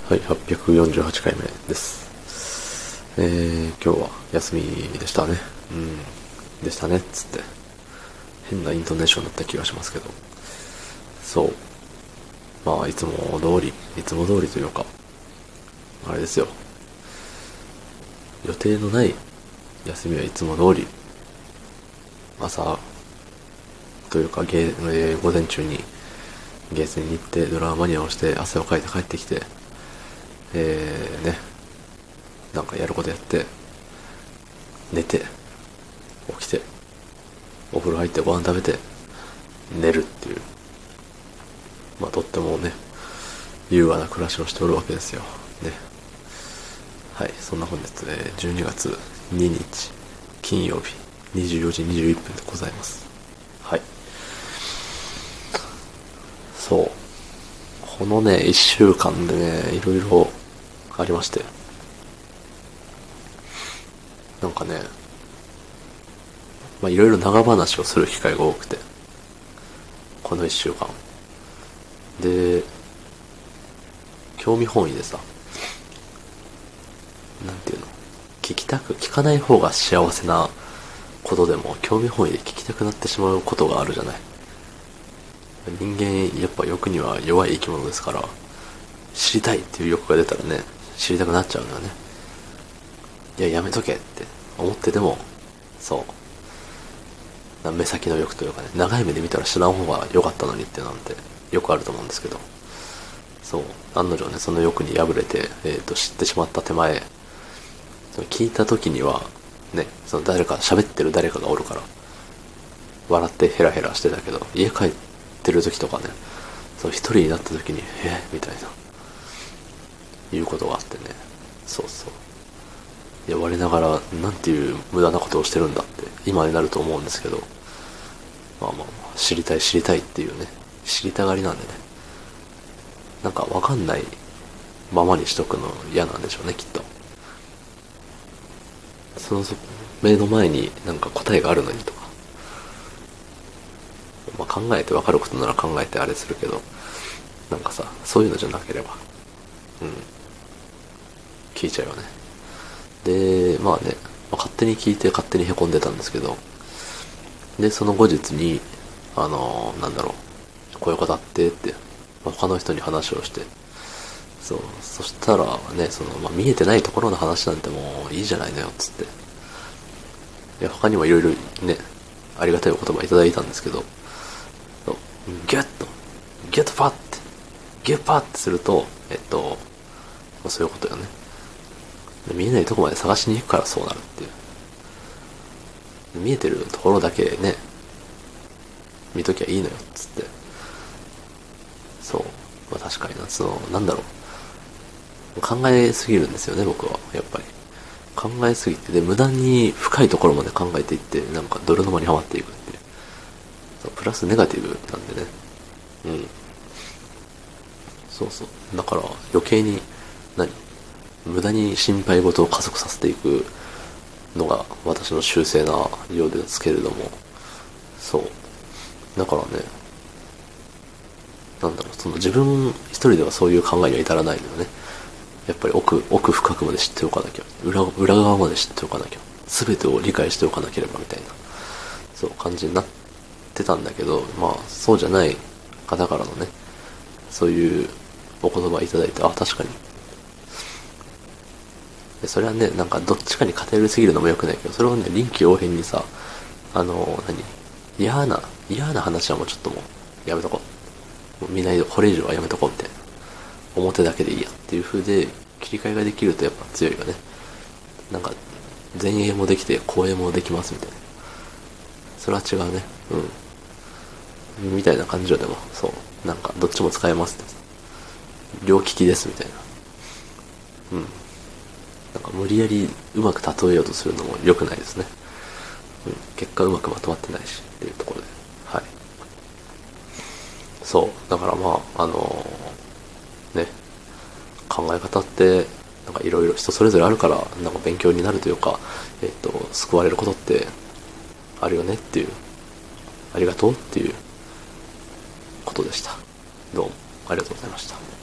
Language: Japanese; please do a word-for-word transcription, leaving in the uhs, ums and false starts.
はい、はっぴゃくよんじゅうはちかいめです。えー、今日は休みでしたね。うん。でしたね、っつって。変なイントネーションだった気がしますけど。そう。まあ、いつも通り、いつも通りというか、あれですよ。予定のない休みはいつも通り、朝、というか、ゲー、えー午前中にゲーセンに行ってドラマニアをして汗をかいて帰ってきて、えーね、なんかやることやって、寝て、起きて、お風呂入ってご飯食べて、寝るっていう、まあとってもね、優雅な暮らしをしておるわけですよ。ね。はい、そんな本日、えーじゅうにがつににち、金曜日、にじゅうよじにじゅういっぷんでございます。はい。そう。このね、いっしゅうかんでね、いろいろありまして。なんかね、まあいろいろ長話をする機会が多くて、このいっしゅうかん。で、興味本位でさ、なんていうの、聞きたく、聞かない方が幸せなことでも興味本位で聞きたくなってしまうことがあるじゃない。人間やっぱ欲には弱い生き物ですから、知りたいっていう欲が出たらね、知りたくなっちゃうんだよね。いや、やめとけって思ってでも、そう目先の欲というかね、長い目で見たら知らん方が良かったのにってなんてよくあると思うんですけど、そう案の定ね、その欲に敗れて、えー、と知ってしまった手前、その聞いた時にはね、その誰か喋ってる誰かがおるから笑ってヘラヘラしてたけど、家帰ってる時とかね、その一人になった時にえみたいないうことがあってね、そうそう、いや我ながらなんていう無駄なことをしてるんだって今になると思うんですけど、まあまあまあ知りたい知りたいっていうね、知りたがりなんでね、なんかわかんないままにしとくの嫌なんでしょうね、きっと。その目の前になんか答えがあるのにとか、まあ、考えてわかることなら考えてあれするけど、なんかさ、そういうのじゃなければ、うん、聞いちゃうよね。で、まあね、まあ、勝手に聞いて勝手に凹んでたんですけど、で、その後日に、あのー、なんだろう、こういうことあってって、まあ、他の人に話をして、そう、そしたらね、その、まあ、見えてないところの話なんてもういいじゃないのよ、つって。いや、他にもいろいろね、ありがたいお言葉いただいたんですけど、ギュッと、ギュッとパッて、ギュッパッてすると、えっと、そういうことよね。見えないとこまで探しに行くからそうなるっていう。見えてるところだけね、見ときゃいいのよ、つって。そう。まあ確かにな、その、なんだろう。考えすぎるんですよね、僕は。やっぱり。考えすぎて、で、無駄に深いところまで考えていって、なんか泥沼にはまっていくっていう。そう、プラスネガティブなんでね。うん。そうそう。だから余計に、何無駄に心配事を加速させていくのが私の習性なようですけれども、そう。だからね、なんだろう、その自分一人ではそういう考えには至らないのよね。やっぱり奥、奥深くまで知っておかなきゃ。裏、裏側まで知っておかなきゃ。全てを理解しておかなければみたいな、そう感じになってたんだけど、まあ、そうじゃない方からのね、そういうお言葉いただいて、あ、確かに。でそれはね、なんかどっちかに偏りすぎるのも良くないけど、それをね、臨機応変にさ、あの、何嫌な、嫌な話はもうちょっともう、やめとこう。もう見ないで、これ以上はやめとこうみたいな。表だけでいいやっていう風で、切り替えができるとやっぱ強いよね。なんか、前衛もできて後衛もできますみたいな。それは違うね。うん。みたいな感じよ、でも。そう。なんか、どっちも使えますってさ。両利きですみたいな。うん。なんか無理やりうまく例えようとするのも良くないですね。うん。結果うまくまとまってないしっていうところで。はい。そう。だからまあ、あのーね、考え方って、なんかいろいろ人それぞれあるから、なんか勉強になるというか、えっと、救われることってあるよねっていう、ありがとうっていうことでした。どうもありがとうございました。